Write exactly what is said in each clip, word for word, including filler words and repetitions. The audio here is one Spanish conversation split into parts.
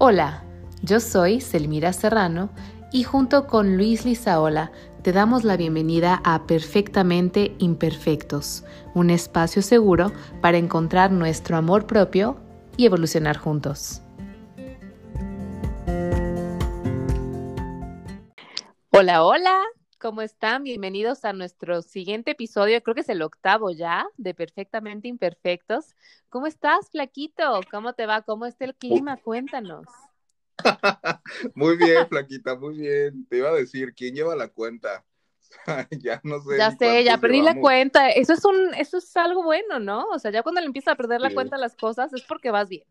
Hola, yo soy Selmira Serrano y junto con Luis Lizaola te damos la bienvenida a Perfectamente Imperfectos, un espacio seguro para encontrar nuestro amor propio y evolucionar juntos. Hola, hola, ¿cómo están? Bienvenidos a nuestro siguiente episodio, creo que es el octavo ya, de Perfectamente Imperfectos. ¿Cómo estás, flaquito? ¿Cómo te va? ¿Cómo está el clima? Cuéntanos. Muy bien, flaquita, muy bien. Te iba a decir, ¿quién lleva la cuenta? Ya no sé Ya ni sé, ya cuántos perdí la llevamos. cuenta. Eso es un, eso es algo bueno, ¿no? O sea, ya cuando le empiezas a perder la Sí, cuenta a las cosas es porque vas bien.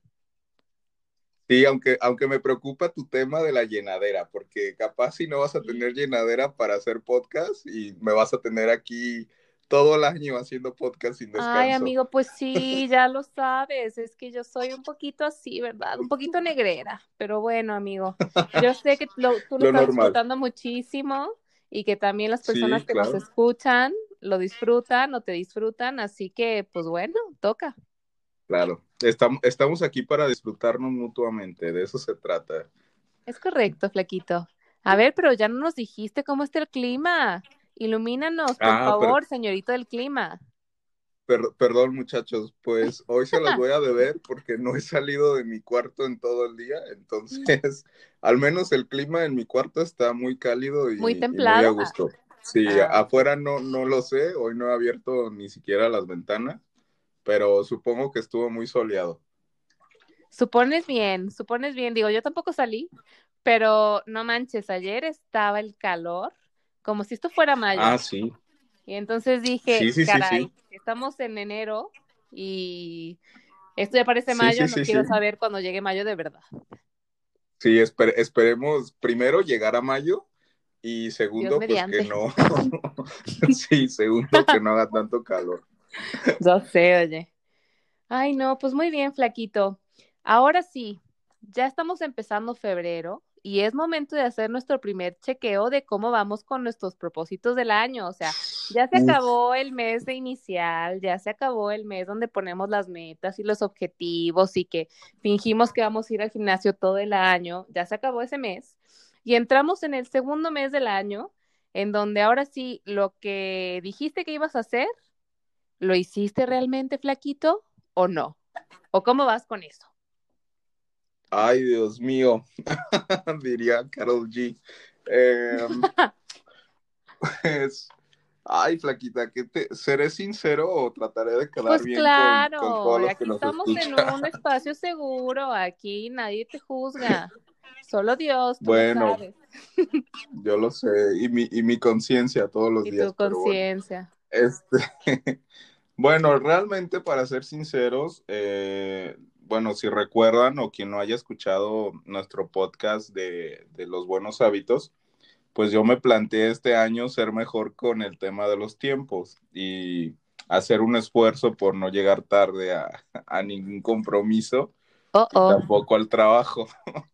sí, aunque, aunque me preocupa tu tema de la llenadera, porque capaz si no vas a tener llenadera para hacer podcast y me vas a tener aquí todo el año haciendo podcast sin Ay, descanso. amigo, pues sí, ya lo sabes. Es que yo soy un poquito así, ¿verdad? Un poquito negrera. Pero bueno, amigo, yo sé que lo- tú lo Lo estás normal. disfrutando muchísimo y que también las personas Sí, que nos claro, escuchan lo disfrutan o te disfrutan. Así que, pues bueno, toca. claro. Estamos, estamos aquí para disfrutarnos mutuamente, de eso se trata. Es correcto, flaquito. A ver, pero ya no nos dijiste cómo está el clima. Ilumínanos, por Ah, pero favor, señorito del clima. Per- perdón, muchachos, pues hoy se las voy a deber porque no he salido de mi cuarto en todo el día, entonces al menos el clima en mi cuarto está muy cálido Muy y, y muy a templado. Ah, gusto. Sí, ah, ok. afuera no, no lo sé, hoy no he abierto ni siquiera las ventanas, pero supongo que estuvo muy soleado. Supones bien, supones bien. Digo, yo tampoco salí, pero no manches, ayer estaba el calor, como si esto fuera mayo. Ah, sí, Y entonces dije, sí, sí, sí, sí, caray, estamos en enero y esto ya parece sí, mayo, sí, no sí, sí, quiero saber cuando llegue mayo de verdad. sí, esper- esperemos primero llegar a mayo y Dios segundo, pues que mediante. no, sí, segundo que no haga tanto calor. Ya sé, oye. Ay, no, pues muy bien, flaquito. Ahora sí, ya estamos empezando febrero y es momento de hacer nuestro primer chequeo de cómo vamos con nuestros propósitos del año. O sea, ya se Uf, acabó el mes de inicial, ya se acabó el mes donde ponemos las metas y los objetivos y que fingimos que vamos a ir al gimnasio todo el año. Ya se acabó ese mes y entramos en el segundo mes del año, en donde ahora sí lo que dijiste que ibas a hacer, ¿lo hiciste realmente, flaquito, o no? ¿O cómo vas con eso? ay, Dios mío, diría Carol G. Eh, pues, ay, flaquita, que te, seré sincero o trataré de quedar Pues bien con, con claro, todos y los que aquí nos estamos en escuchan. un espacio seguro, aquí nadie te juzga, solo Dios, tú lo Bueno, sabes, yo lo sé, y mi, y mi conciencia todos los y tu días, pero bueno. conciencia. Este, bueno, realmente, para ser sinceros, eh, bueno, si recuerdan o quien no haya escuchado nuestro podcast de, de los buenos hábitos, pues yo me planteé este año ser mejor con el tema de los tiempos y hacer un esfuerzo por no llegar tarde a, a ningún compromiso Oh, y oh. tampoco al trabajo.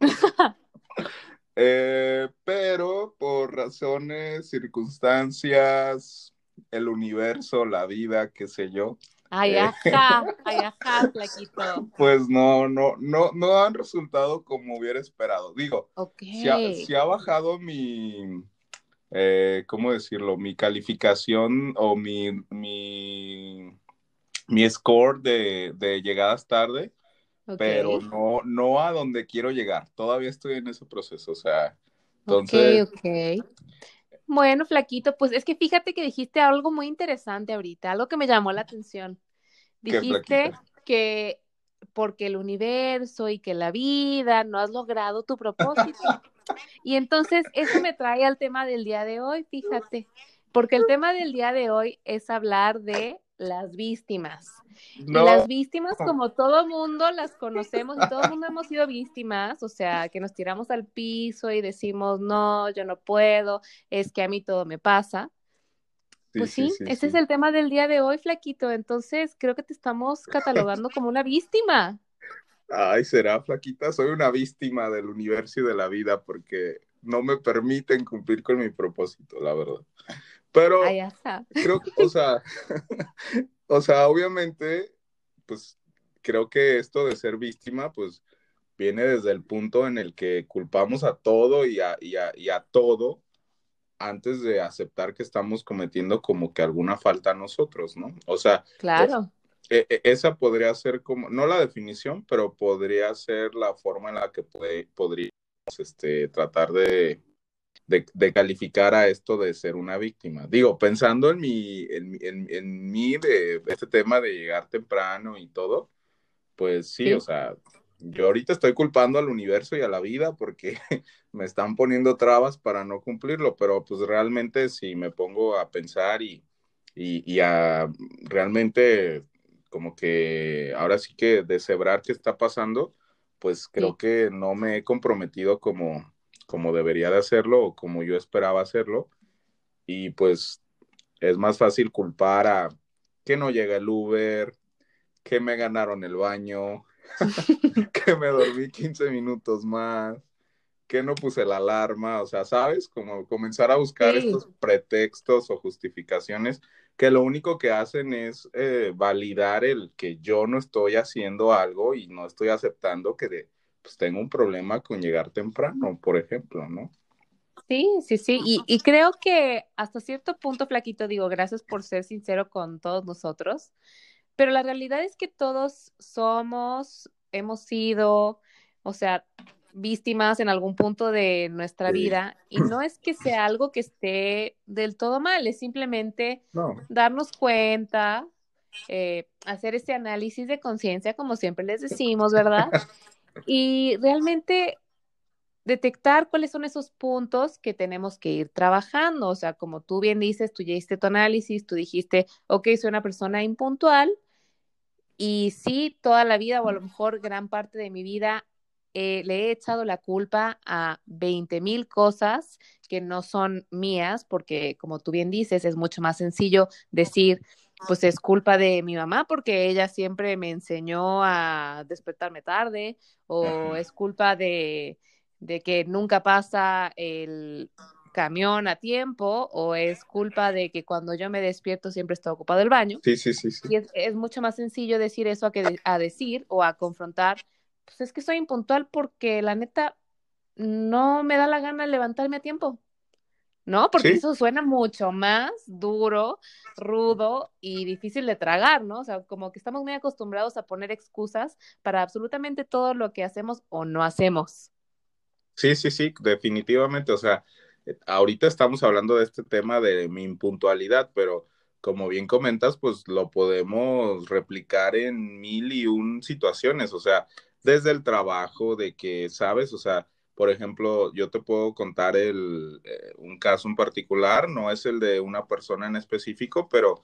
Eh, pero por razones, circunstancias, el universo, la vida, qué sé yo, Ay, eh, ajá, ay, ajá, flaquito. pues no, no, no, no han resultado como hubiera esperado. Digo, Ok, si ha, si ha bajado mi, eh, ¿cómo decirlo? Mi calificación o mi, mi, mi score de, de llegadas tarde, pero ok, no, no a donde quiero llegar. Todavía estoy en ese proceso, o sea, ok, entonces, ok. Bueno, flaquito, pues es que fíjate que dijiste algo muy interesante ahorita, algo que me llamó la atención. qué Dijiste flaquita. que porque el universo y que la vida no has logrado tu propósito. Y entonces eso me trae al tema del día de hoy, fíjate, porque el tema del día de hoy es hablar de las víctimas. Y las No, víctimas, como todo mundo las conocemos y todo mundo hemos sido víctimas, o sea, que nos tiramos al piso y decimos, no, yo no puedo, es que a mí todo me pasa. sí, Pues sí, sí, sí, ese es sí. el tema del día de hoy, flaquito. Entonces creo que te estamos catalogando como una víctima. Ay, será flaquita, soy una víctima del universo y de la vida porque no me permiten cumplir con mi propósito, la verdad. Ay, Pero ajá. creo que, o sea, o sea, obviamente, pues creo que esto de ser víctima, pues viene desde el punto en el que culpamos a todo y a, y a, y a todo antes de aceptar que estamos cometiendo como que alguna falta a nosotros, ¿no? O sea, Claro, e, e, esa podría ser como, no la definición, pero podría ser la forma en la que puede, podríamos este, tratar de, de, de, calificar a esto de ser una víctima. Digo, pensando en mi, en, en, en mí de este tema de llegar temprano y todo, pues sí, o sí, sea, yo ahorita estoy culpando al universo y a la vida porque me están poniendo trabas para no cumplirlo, pero pues realmente si me pongo a pensar y, y, y a realmente como que ahora sí que deshebrar qué está pasando, pues creo sí. que no me he comprometido como, como debería de hacerlo o como yo esperaba hacerlo y pues es más fácil culpar a que no llega el Uber, que me ganaron el baño, que me dormí quince minutos más, que no puse la alarma, o sea, ¿sabes? Como comenzar a buscar Sí, estos pretextos o justificaciones que lo único que hacen es eh, validar el que yo no estoy haciendo algo y no estoy aceptando que de, pues tengo un problema con llegar temprano, por ejemplo, ¿no? sí, sí, sí. Y, y creo que hasta cierto punto, Flaquito, digo, gracias por ser sincero con todos nosotros, pero la realidad es que todos somos, hemos sido, o sea, víctimas en algún punto de nuestra Sí. vida y no es que sea algo que esté del todo mal, es simplemente No. darnos cuenta, eh, hacer ese análisis de conciencia, como siempre les decimos, ¿verdad? Y realmente detectar cuáles son esos puntos que tenemos que ir trabajando. O sea, como tú bien dices, tú ya hiciste tu análisis, tú dijiste, ok, soy una persona impuntual y sí, toda la vida o a lo mejor gran parte de mi vida eh, le he echado la culpa a veinte mil cosas que no son mías, porque como tú bien dices, es mucho más sencillo decir, pues es culpa de mi mamá porque ella siempre me enseñó a despertarme tarde, o es culpa de, de que nunca pasa el camión a tiempo, o es culpa de que cuando yo me despierto siempre está ocupado el baño. Sí, sí, sí, sí. Y es, es mucho más sencillo decir eso a que de- a decir o a confrontar, pues es que soy impuntual porque la neta no me da la gana levantarme a tiempo, ¿no? Porque Sí, eso suena mucho más duro, rudo y difícil de tragar, ¿no? O sea, como que estamos muy acostumbrados a poner excusas para absolutamente todo lo que hacemos o no hacemos. sí, sí, sí, definitivamente. O sea, eh, ahorita estamos hablando de este tema de mi impuntualidad, pero como bien comentas, pues lo podemos replicar en mil y un situaciones. O sea, desde el trabajo, de que, ¿sabes? O sea, por ejemplo, yo te puedo contar el, eh, un caso en particular, no es el de una persona en específico, pero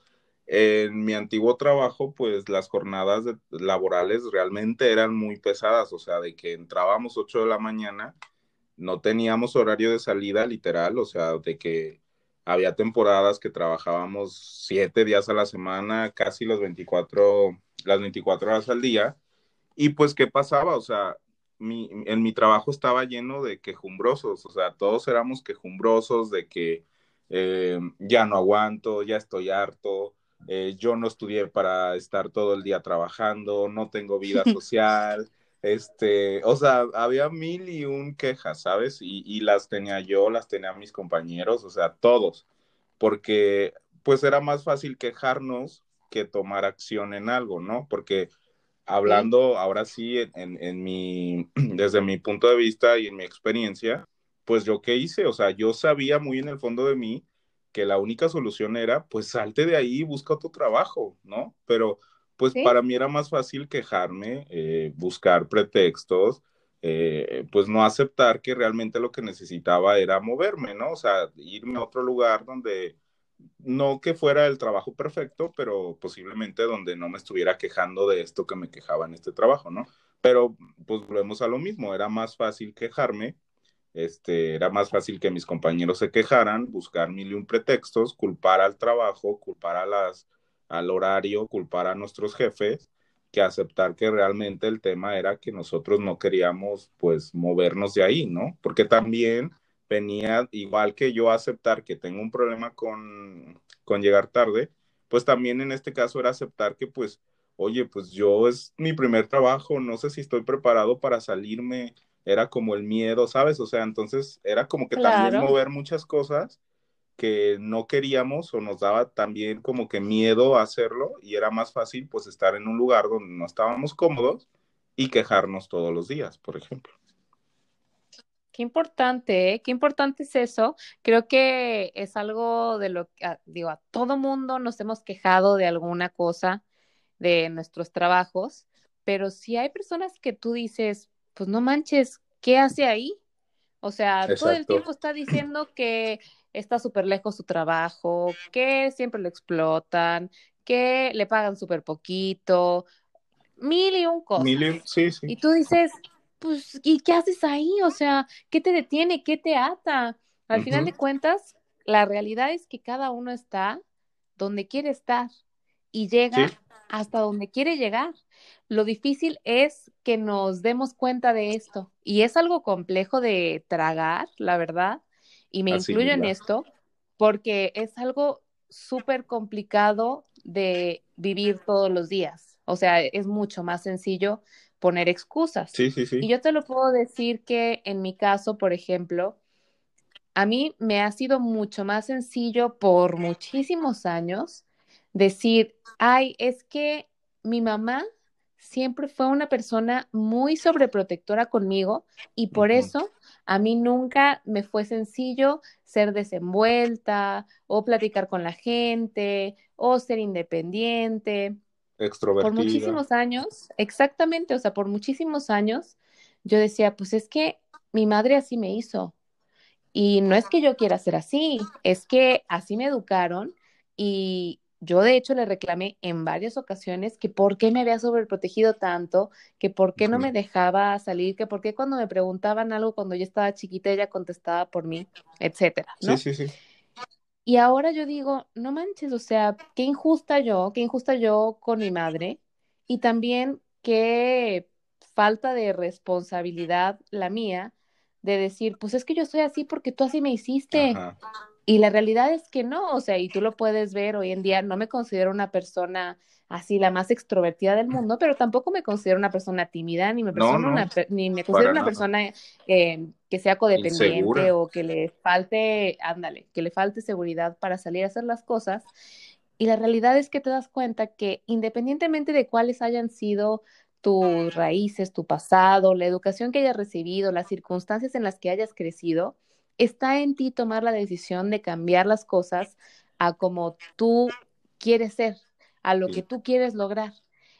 en mi antiguo trabajo, pues las jornadas de- laborales realmente eran muy pesadas, o sea, de que entrábamos ocho de la mañana, no teníamos horario de salida literal, o sea, de que había temporadas que trabajábamos siete días a la semana, casi las veinticuatro, las veinticuatro horas al día. Y pues, ¿qué pasaba? O sea, mi, en mi trabajo estaba lleno de quejumbrosos, o sea, todos éramos quejumbrosos de que eh, ya no aguanto, ya estoy harto, eh, yo no estudié para estar todo el día trabajando, no tengo vida social, este, o sea, había mil y un quejas, ¿sabes? Y, y las tenía yo, las tenía mis compañeros, o sea, todos, porque pues era más fácil quejarnos que tomar acción en algo, ¿no? Porque Sí, hablando ahora sí en, en, en mi, desde mi punto de vista y en mi experiencia, pues yo qué hice, o sea, yo sabía muy en el fondo de mí que la única solución era, pues salte de ahí y busca otro trabajo, ¿no? Pero pues sí, para mí era más fácil quejarme, eh, buscar pretextos, eh, pues no aceptar que realmente lo que necesitaba era moverme, ¿no? O sea, irme a otro lugar donde no que fuera el trabajo perfecto, pero posiblemente donde no me estuviera quejando de esto que me quejaba en este trabajo, ¿no? Pero pues volvemos a lo mismo, era más fácil quejarme, este, era más fácil que mis compañeros se quejaran, buscar mil y un pretextos, culpar al trabajo, culpar a las, al horario, culpar a nuestros jefes, que aceptar que realmente el tema era que nosotros no queríamos pues movernos de ahí, ¿no? Porque también venía, igual que yo aceptar que tengo un problema con, con llegar tarde, pues también en este caso era aceptar que pues oye, pues yo es mi primer trabajo, no sé si estoy preparado para salirme, era como el miedo, ¿sabes? O sea, entonces era como que también Claro. mover muchas cosas que no queríamos o nos daba también como que miedo a hacerlo y era más fácil pues estar en un lugar donde no estábamos cómodos y quejarnos todos los días, por ejemplo. Qué importante, ¿eh? Qué importante es eso. Creo que es algo de lo que, ah, digo, a todo mundo nos hemos quejado de alguna cosa de nuestros trabajos, pero si hay personas que tú dices, pues no manches, ¿qué hace ahí? O sea, todo el Exacto. tiempo está diciendo que está súper lejos su trabajo, que siempre lo explotan, que le pagan súper poquito, mil y un Mili, cosas. sí, sí. Y tú dices, pues, ¿y qué haces ahí? O sea, ¿qué te detiene? ¿Qué te ata? Al final Ujú, de cuentas, la realidad es que cada uno está donde quiere estar y sí, llega hasta donde quiere llegar. Lo difícil es que nos demos cuenta de esto y es algo complejo de tragar, la verdad, y me incluyo en asimilar. esto porque es algo súper complicado de vivir todos los días. O sea, es mucho más sencillo poner excusas. Sí, sí, Y sí. yo te lo puedo decir que en mi caso, por ejemplo, a mí me ha sido mucho más sencillo por muchísimos años decir, ay, es que mi mamá siempre fue una persona muy sobreprotectora conmigo y por Ujú. eso a mí nunca me fue sencillo ser desenvuelta o platicar con la gente o ser independiente. Por Extrovertida. muchísimos años, exactamente, o sea, por muchísimos años yo decía, pues es que mi madre así me hizo. Y no es que yo quiera ser así, es que así me educaron y yo de hecho le reclamé en varias ocasiones que por qué me había sobreprotegido tanto, que por qué no Ujú. me dejaba salir, que por qué cuando me preguntaban algo cuando yo estaba chiquita ella contestaba por mí, etcétera, Sí, ¿no? sí, sí. Y ahora yo digo, no manches, o sea, qué injusta yo, qué injusta yo con mi madre y también qué falta de responsabilidad la mía de decir, pues es que yo soy así porque tú así me hiciste. Ajá. Y la realidad es que no, o sea, y tú lo puedes ver hoy en día, no me considero una persona así la más extrovertida del mundo, pero tampoco me considero una persona tímida, ni me No, persona no, una, per- ni me considero para una nada. persona eh, que sea codependiente Insegura. o que le falte, ándale, que le falte seguridad para salir a hacer las cosas. Y la realidad es que te das cuenta que independientemente de cuáles hayan sido tus raíces, tu pasado, la educación que hayas recibido, las circunstancias en las que hayas crecido, está en ti tomar la decisión de cambiar las cosas a como tú quieres ser, a lo que Sí. tú quieres lograr.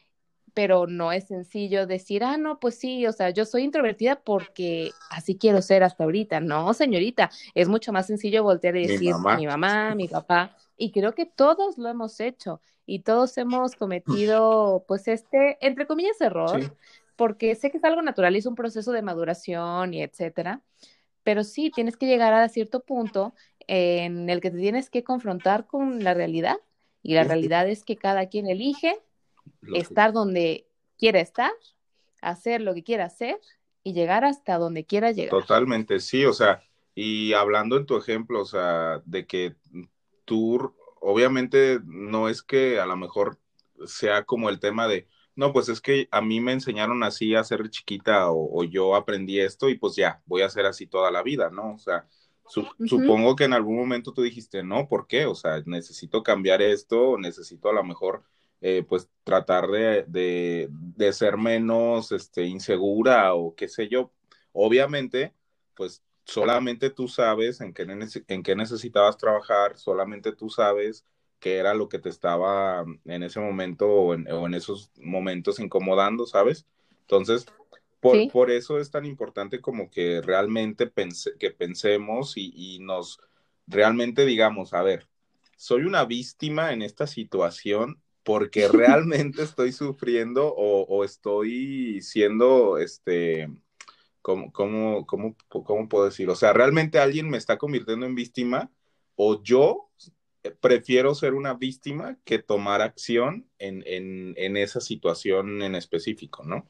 Pero no es sencillo decir, ah, no, pues sí, o sea, yo soy introvertida porque así quiero ser hasta ahorita. No, señorita, es mucho más sencillo voltear y Mi decir, mamá. mi mamá, mi papá, y creo que todos lo hemos hecho y todos hemos cometido, pues, este, entre comillas, Sí. error, porque sé que es algo natural y es un proceso de maduración y etcétera, pero sí, tienes que llegar a cierto punto en el que te tienes que confrontar con la realidad. Y la Sí, sí. realidad es que cada quien elige Lo que estar donde quiera estar, hacer lo que quiera hacer y llegar hasta donde quiera llegar. totalmente, sí, o sea, y hablando en tu ejemplo, o sea, de que tú, obviamente, no es que a lo mejor sea como el tema de, no, pues es que a mí me enseñaron así a ser chiquita o, o yo aprendí esto y pues ya, voy a ser así toda la vida, ¿no? O sea, su- Ujú. supongo que en algún momento tú dijiste, no, ¿por qué? O sea, necesito cambiar esto, necesito a lo mejor eh, pues tratar de, de, de ser menos este, insegura o qué sé yo. Obviamente, pues solamente tú sabes en qué, nece- en qué necesitabas trabajar, solamente tú sabes qué era lo que te estaba en ese momento o en, o en esos momentos incomodando, ¿sabes? Entonces, por, Sí, por eso es tan importante como que realmente pense, que pensemos y, y nos realmente digamos, a ver, soy una víctima en esta situación porque realmente estoy sufriendo o, o estoy siendo, este, ¿cómo, cómo, cómo, cómo puedo decir? O sea, ¿realmente alguien me está convirtiendo en víctima o yo prefiero ser una víctima que tomar acción en, en, en esa situación en específico, ¿no?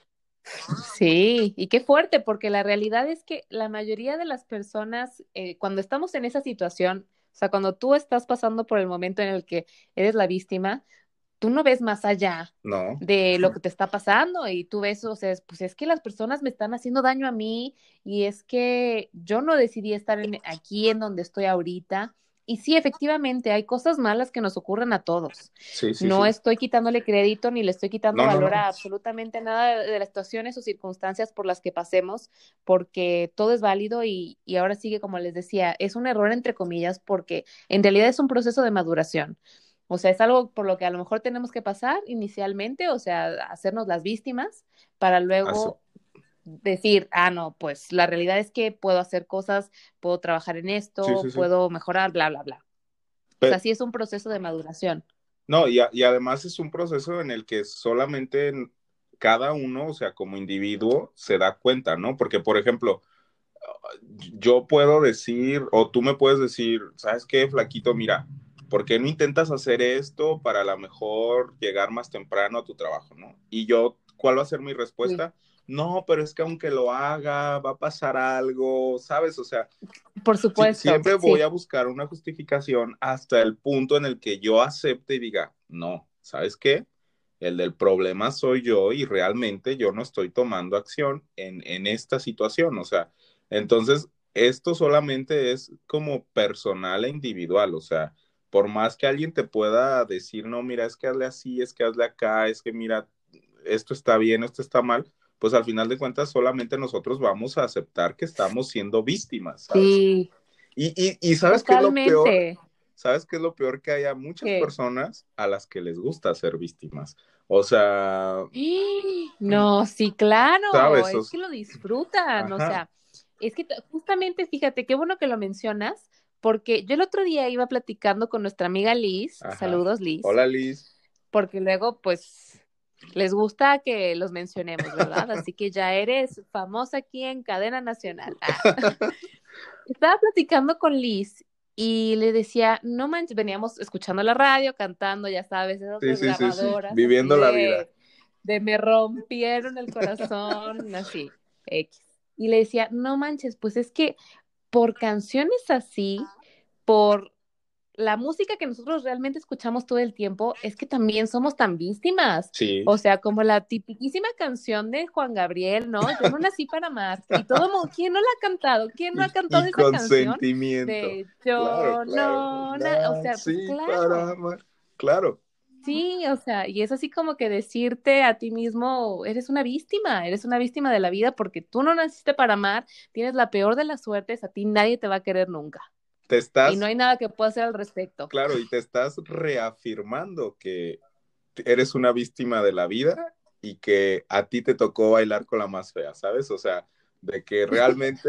sí, y qué fuerte, porque la realidad es que la mayoría de las personas, eh, cuando estamos en esa situación, o sea, cuando tú estás pasando por el momento en el que eres la víctima, tú no ves más allá No. de lo que te está pasando y tú ves, o sea, pues es que las personas me están haciendo daño a mí y es que yo no decidí estar en, aquí en donde estoy ahorita. Y sí, efectivamente, hay cosas malas que nos ocurren a todos. Sí, sí, No sí. estoy quitándole crédito ni le estoy quitando No, no, valor no. a absolutamente nada de, de las situaciones o circunstancias por las que pasemos, porque todo es válido y, y ahora sigue, como les decía, es un error entre comillas, porque en realidad es un proceso de maduración. O sea, es algo por lo que a lo mejor tenemos que pasar inicialmente, o sea, hacernos las víctimas para Asu- luego decir, ah, no, pues la realidad es que puedo hacer cosas, puedo trabajar en Sí, esto, sí, sí. puedo mejorar, bla, bla, bla. O sea, Pe- sí es un proceso de maduración. no, y, a- y además es un proceso en el que solamente en- cada uno, o sea, como individuo, se da cuenta, ¿no? Porque, por ejemplo, yo puedo decir, o tú me puedes decir, ¿sabes qué, flaquito? Mira, ¿por qué no intentas hacer esto para a lo mejor llegar más temprano a tu trabajo, ¿no? Y yo, ¿cuál va a ser mi Sí. respuesta? No, pero es que aunque lo haga, va a pasar algo, ¿sabes? O sea, Por si- supuesto, siempre voy sí. a buscar una justificación hasta el punto en el que yo acepte y diga, no, ¿sabes qué? El del problema soy yo y realmente yo no estoy tomando acción en, en esta situación. O sea, entonces esto solamente es como personal e individual. O sea, por más que alguien te pueda decir, no, mira, es que hazle así, es que hazle acá, es que mira, esto está bien, esto está mal, pues al final de cuentas solamente nosotros vamos a aceptar que estamos siendo víctimas, ¿sabes? Sí, Y, y, y ¿sabes qué es lo peor? totalmente. ¿Sabes qué es lo peor? Que haya muchas Que personas a las que les gusta ser víctimas. O sea, no, sí, claro, ¿sabes? O es sea, que lo disfrutan, o ajá, sea, es que t- justamente, fíjate, qué bueno que lo mencionas, porque yo el otro día iba platicando con nuestra amiga Liz, ajá. saludos Liz, Hola Liz. porque luego pues les gusta que los mencionemos, ¿verdad? Así que ya eres famosa aquí en cadena nacional. Ah. Estaba platicando con Liz y le decía, no manches, veníamos escuchando la radio, cantando, ya sabes, esas Sí, sí, sí, sí. desgarradoras, así Viviendo la vida. de, de me rompieron el corazón, así, X. Y le decía, no manches, pues es que por canciones así, por la música que nosotros realmente escuchamos todo el tiempo, es que también somos tan víctimas. Sí. O sea, como la tipiquísima canción de Juan Gabriel, ¿no? Yo no nací para amar. Y todo el mundo, ¿quién no la ha cantado? ¿Quién no ha Y, cantado y esa canción? consentimiento. De Claro, yo claro. no, na-". O sea, pues Nací para claro. amar. Claro. Sí, o sea, y es así como que decirte a ti mismo, eres una víctima, eres una víctima de la vida porque tú no naciste para amar, tienes la peor de las suertes, a ti nadie te va a querer nunca. Te Y no estás, hay nada que pueda hacer al respecto. claro, y te estás reafirmando que eres una víctima de la vida y que a ti te tocó bailar con la más fea, ¿sabes? O sea, de que realmente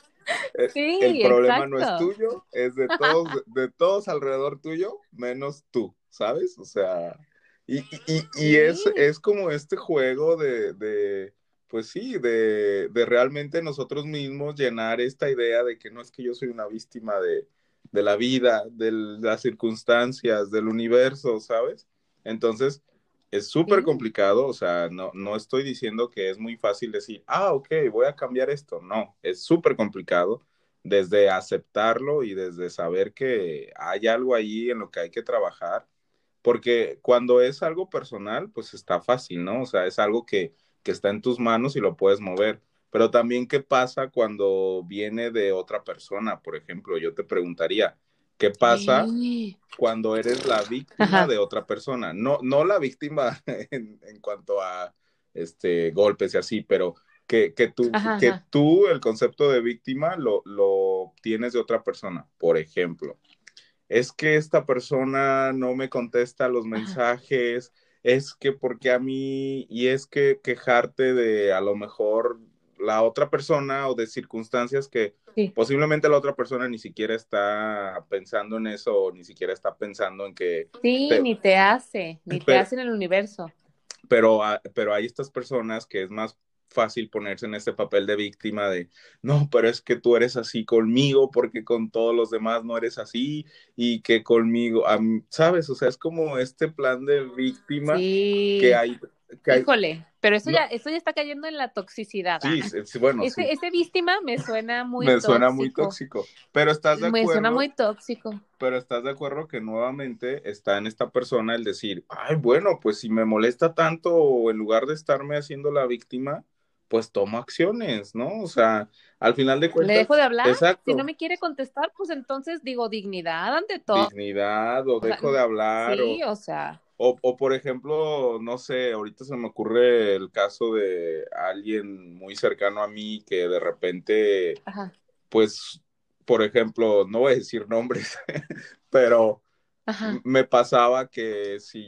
el Sí, problema no es exacto. tuyo, es de todos, de todos alrededor tuyo, menos tú, ¿sabes? O sea, y, y, y es, Sí, es como este juego de, de pues sí, de, de realmente nosotros mismos llenar esta idea de que no es que yo soy una víctima de, de la vida, de las circunstancias, del universo, ¿sabes? Entonces, es súper sí, complicado, o sea, no, no estoy diciendo que es muy fácil decir, ah, ok, voy a cambiar esto. No, es súper complicado desde aceptarlo y desde saber que hay algo ahí en lo que hay que trabajar, porque cuando es algo personal, pues está fácil, ¿no? O sea, es algo que, que está en tus manos y lo puedes mover. Pero también, ¿qué pasa cuando viene de otra persona? Por ejemplo, yo te preguntaría, ¿qué pasa sí. cuando eres la víctima Ajá, de otra persona? No, no la víctima en, en cuanto a este, golpes y así, pero que, que, tú, ajá, que ajá. tú el concepto de víctima lo, lo tienes de otra persona. Por ejemplo, es que esta persona no me contesta los Ajá. mensajes, es que porque a mí, y es que quejarte de a lo mejor la otra persona o de circunstancias que Sí, posiblemente la otra persona ni siquiera está pensando en eso o ni siquiera está pensando en que sí, te, ni te hace, ni te pero, hace en el universo. pero, ah, pero hay estas personas que es más fácil ponerse en este papel de víctima de, no, pero es que tú eres así conmigo porque con todos los demás no eres así y que conmigo, um, ¿sabes? O sea, es como este plan de víctima que Sí, hay, que hay, híjole. Pero eso No, ya, eso ya está cayendo en la toxicidad. sí, Ah. sí, bueno, sí, Ese, ese víctima me suena muy me suena muy tóxico. tóxico, pero estás de Me suena muy acuerdo, tóxico. pero estás de acuerdo que nuevamente está en esta persona el decir, ay, bueno, pues si me molesta tanto, en lugar de estarme haciendo la víctima, pues tomo acciones, ¿no? O sea, al final de Le dejo de cuentas, hablar. Si no exacto, me quiere contestar, pues entonces digo dignidad ante todo. dignidad, o O sea, dejo de hablar, sí, o, o sea, o, o por ejemplo, no sé, ahorita se me ocurre el caso de alguien muy cercano a mí que de repente, ajá, pues, por ejemplo, no voy a decir nombres, pero ajá. me pasaba que si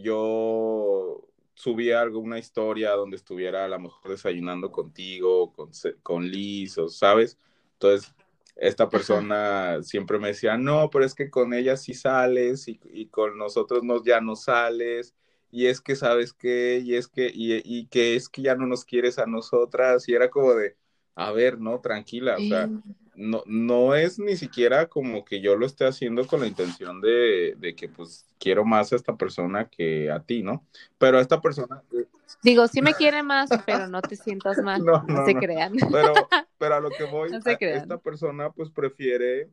yo subía alguna historia donde estuviera a lo mejor desayunando contigo, con, con Liz, o sabes, entonces esta Ajá. persona siempre me decía, no, pero es que con ella sí sales y, y con nosotros no, ya no sales, y es que sabes qué, y es que, y, y que es que ya no nos quieres a nosotras, y era como de, a ver, no, tranquila, o sea, Eh, no, no es ni siquiera como que yo lo esté haciendo con la intención de, de que pues quiero más a esta persona que a ti, ¿no? Pero a esta persona, eh, Digo, sí me quiere más, pero no te sientas mal, no, no no, se no, crean, pero, pero a lo que voy, no se a esta crean. persona pues prefiere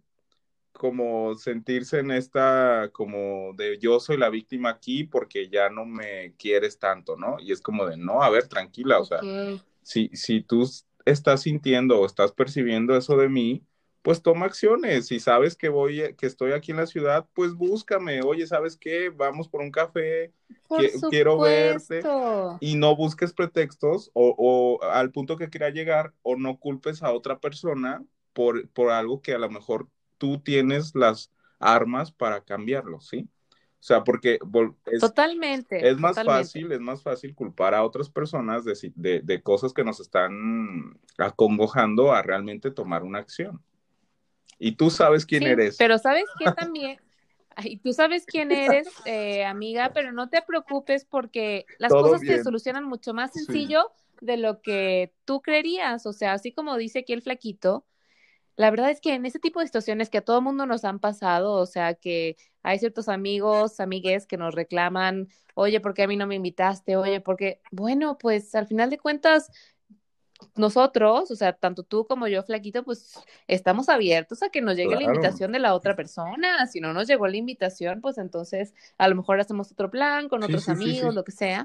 como sentirse en esta, como de yo soy la víctima aquí porque ya no me quieres tanto, ¿no? Y es como de, no, a ver, tranquila, o Ok. sea, si, si tú estás sintiendo o estás percibiendo eso de mí, pues toma acciones. Si sabes que voy, que estoy aquí en la ciudad, pues búscame. Oye, ¿sabes qué? Vamos por un café, Por qui- quiero verte supuesto. y no busques pretextos o, o al punto que quiera llegar o no culpes a otra persona por, por algo que a lo mejor tú tienes las armas para cambiarlo, ¿sí? O sea, porque es, Totalmente, es más totalmente. fácil, es más fácil culpar a otras personas de, si- de, de cosas que nos están acongojando a realmente tomar una acción. Y tú sabes quién Sí, eres. pero ¿sabes qué también? Ay, tú sabes quién eres, eh, amiga, pero no te preocupes porque las Todo cosas se bien. solucionan mucho más Sí, sencillo de lo que tú creerías. O sea, así como dice aquí el flaquito, la verdad es que en ese tipo de situaciones que a todo mundo nos han pasado, o sea, que hay ciertos amigos, amigues que nos reclaman, oye, ¿por qué a mí no me invitaste? Oye, porque, bueno, pues al final de cuentas nosotros, o sea, tanto tú como yo, Flaquito, pues estamos abiertos a que nos llegue la claro. invitación de la otra persona. Si no nos llegó la invitación, pues entonces a lo mejor hacemos otro plan con Sí, otros sí, sí, amigos, sí. lo que sea.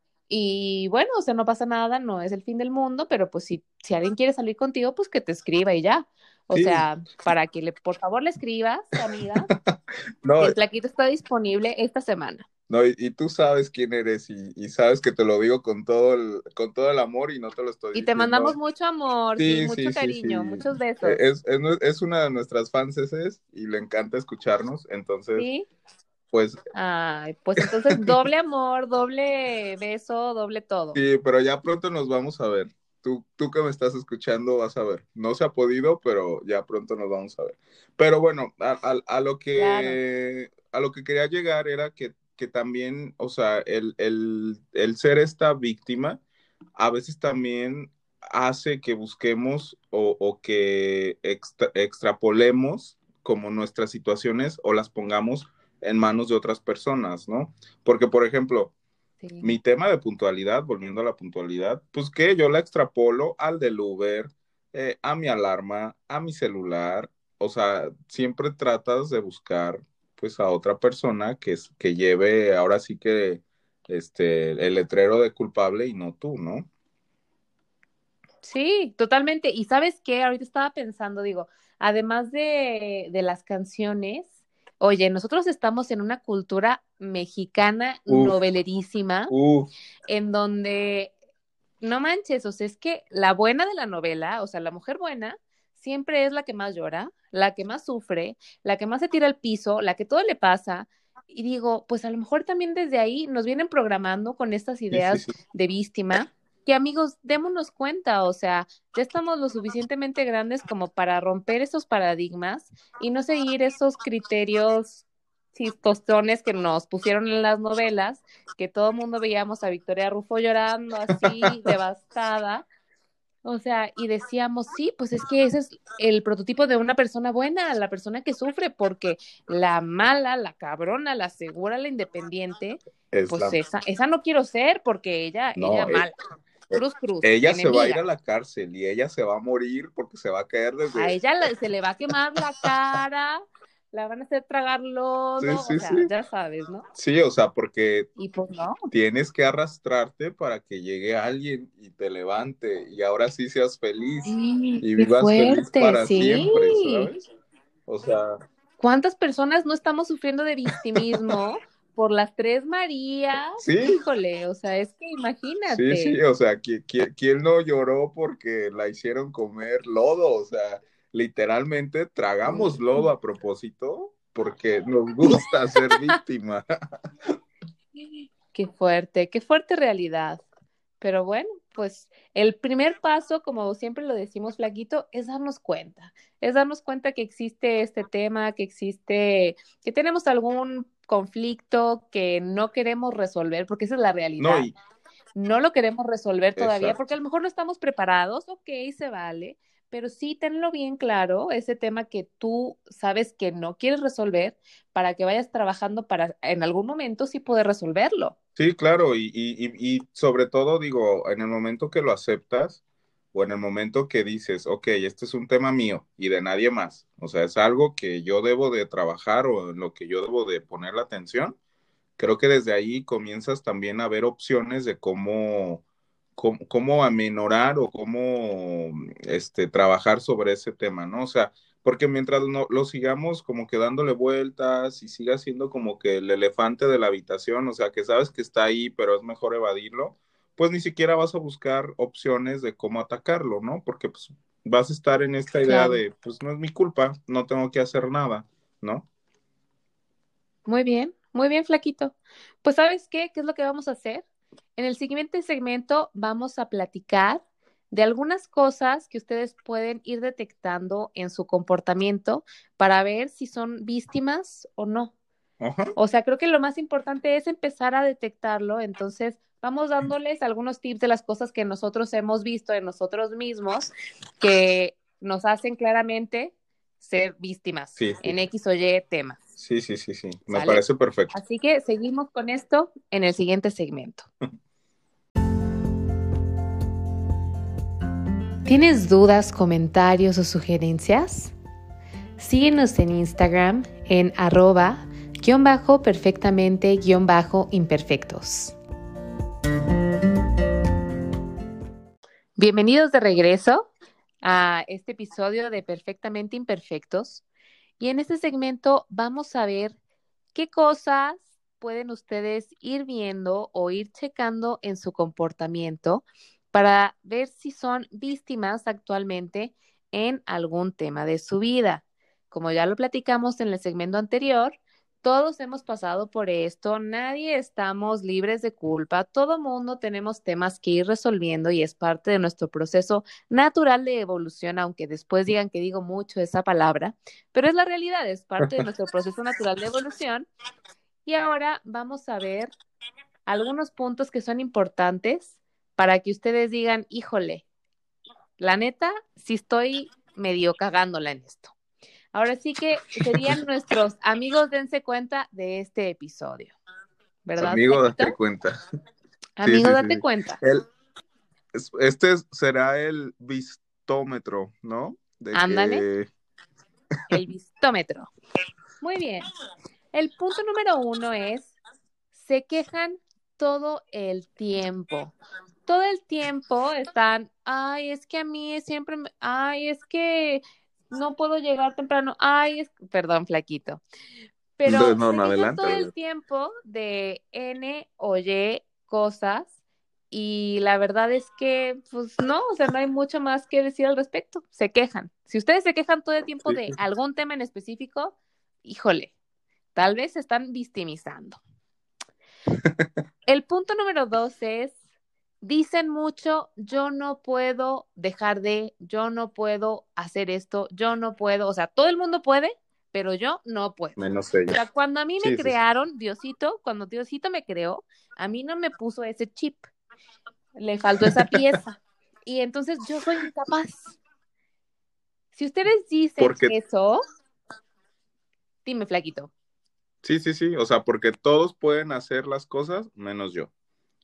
Y bueno, o sea, no pasa nada, no es el fin del mundo, pero pues si, si alguien quiere salir contigo, pues que te escriba y ya. O Sí. sea, para que le, por favor le escribas, amiga, No, el Flaquito está disponible esta semana. no, y, y tú sabes quién eres y, y sabes que te lo digo con todo el, con todo el amor y no te lo estoy Y te mandamos diciendo. mucho amor, sí, Sí, sí, mucho sí, sí. cariño, muchos besos. Es, es, es una de nuestras fanses y le encanta escucharnos. Entonces, ¿Sí? pues Ay, pues entonces doble amor, doble beso, doble todo. sí, pero ya pronto nos vamos a ver. Tú, tú que me estás escuchando vas a ver. No se ha podido, pero ya pronto nos vamos a ver. Pero bueno, a, a- a lo Claro. que, a lo que quería llegar era que, que también, o sea, el, el, el ser esta víctima a veces también hace que busquemos o, o que extra- extrapolemos como nuestras situaciones o las pongamos en manos de otras personas, ¿no? Porque, por ejemplo, Sí. mi tema de puntualidad, volviendo a la puntualidad, pues que yo la extrapolo al del Uber, eh, a mi alarma, a mi celular, o sea, siempre tratas de buscar pues a otra persona que, es- que lleve ahora sí que este el letrero de culpable y no tú, ¿no? Sí, totalmente. Y sabes qué, ahorita estaba pensando, digo, además de, de las canciones, oye, nosotros estamos en una cultura mexicana Uf, novelerísima, uf, en donde, no manches, o sea, es que la buena de la novela, o sea, la mujer buena, siempre es la que más llora, la que más sufre, la que más se tira al piso, la que todo le pasa. Y digo, pues a lo mejor también desde ahí nos vienen programando con estas sí, sí, ideas sí, de víctima, que amigos, démonos cuenta, o sea, ya estamos lo suficientemente grandes como para romper esos paradigmas y no seguir esos criterios chistosones que nos pusieron en las novelas, que todo el mundo veíamos a Victoria Rufo llorando así, devastada, o sea, y decíamos, sí, pues es que ese es el prototipo de una persona buena, la persona que sufre, porque la mala, la cabrona, la segura, la independiente, es pues la, esa, esa no quiero ser, porque ella, ella no, eh, mala. cruz, cruz, Ella se va a ir a enemiga. la cárcel y ella se va a morir porque se va a caer A desde... ella le- se le va a quemar la cara, la van a hacer tragar Sí, lodo, o sí, sí. sea, ya sabes, ¿no? Sí, o sea, porque Y pues no. tienes que arrastrarte para que llegue alguien y te levante y ahora sí seas feliz Sí, y qué vivas feliz fuerte, para sí. siempre, ¿sabes? O sea, ¿Cuántas personas no estamos sufriendo de victimismo por las tres Marías? sí, Híjole, o sea, es que sí, sí, imagínate. o sea, ¿qui- qui- ¿quién no lloró porque la hicieron comer lodo? O sea, literalmente tragamos lodo a propósito porque nos gusta ser víctima. Qué fuerte, qué fuerte realidad. Pero bueno, pues el primer paso, como siempre lo decimos, Flaquito, es darnos cuenta. Es darnos cuenta que existe este tema, que existe, que tenemos algún conflicto que no queremos resolver, porque esa es la No, realidad. y No lo queremos resolver todavía porque a exacto. lo mejor no estamos preparados, ok, se vale, pero sí tenlo bien claro, ese tema que tú sabes que no quieres resolver para que vayas trabajando para en algún momento sí poder resolverlo. Sí, claro, y, y, y, y sobre todo digo, en el momento que lo aceptas o en el momento que dices, ok, este es un tema mío y de nadie más, o sea, es algo que yo debo de trabajar o en lo que yo debo de poner la atención, creo que desde ahí comienzas también a ver opciones de cómo, cómo, cómo amenorar o cómo este, trabajar sobre ese tema, ¿no? O sea, porque mientras no, lo sigamos como que dándole vueltas y siga siendo como que el elefante de la habitación, o sea, que sabes que está ahí, pero es mejor evadirlo, pues ni siquiera vas a buscar opciones de cómo atacarlo, ¿no? Porque pues vas a estar en esta idea Claro. de, pues no es mi culpa, no tengo que hacer nada, ¿no? Muy bien, muy bien, Flaquito. Pues ¿sabes qué? ¿Qué es lo que vamos a hacer? En el siguiente segmento vamos a platicar de algunas cosas que ustedes pueden ir detectando en su comportamiento para ver si son víctimas o no. Ajá. O sea, creo que lo más importante es empezar a detectarlo. Entonces, vamos dándoles algunos tips de las cosas que nosotros hemos visto en nosotros mismos que nos hacen claramente ser víctimas Sí, sí. en X o Y tema. Sí, sí, sí, sí, me ¿Sale? parece perfecto. Así que seguimos con esto en el siguiente segmento. ¿Tienes dudas, comentarios o sugerencias? Síguenos en Instagram en arroba guión bajo perfectamente guión bajo imperfectos. Bienvenidos de regreso a este episodio de Perfectamente Imperfectos. Y en este segmento vamos a ver qué cosas pueden ustedes ir viendo o ir checando en su comportamiento para ver si son víctimas actualmente en algún tema de su vida. Como ya lo platicamos en el segmento anterior, todos hemos pasado por esto, nadie estamos libres de culpa, todo mundo tenemos temas que ir resolviendo y es parte de nuestro proceso natural de evolución, aunque después digan que digo mucho esa palabra, pero es la realidad, es parte de nuestro proceso natural de evolución. Y ahora vamos a ver algunos puntos que son importantes para que ustedes digan, híjole, la neta, sí estoy medio cagándola en esto. Ahora sí que serían nuestros amigos, dense cuenta de este episodio, ¿verdad, Amigo, date Flaquito? cuenta. Sí, Amigo, sí, sí, date sí. cuenta. El, es- este es- será el vistómetro, ¿no? De Ándale, que... el vistómetro. Muy bien. El punto número uno es, se quejan todo el tiempo. Todo el tiempo están, ay, es que a mí siempre, me- ay, es que no puedo llegar temprano, ay, es, perdón, flaquito, No, pero no, se no, quejan adelante, todo el adelante. tiempo de N o Y cosas y la verdad es que, pues no, o sea, no hay mucho más que decir al respecto, se quejan. Si ustedes se quejan todo el tiempo Sí, de sí. algún tema en específico, híjole, tal vez se están victimizando. El punto número dos es, dicen mucho, yo no puedo dejar de, yo no puedo hacer esto, yo no puedo, o sea, todo el mundo puede, pero yo no puedo. Menos O ella. sea, cuando a mí me Sí, sí, sí. crearon, Diosito, cuando Diosito me creó, a mí no me puso ese chip, le faltó esa pieza. Y entonces yo soy incapaz. Si ustedes dicen Porque, eso, dime, flaquito. sí, sí, sí, o sea, porque todos pueden hacer las cosas menos yo.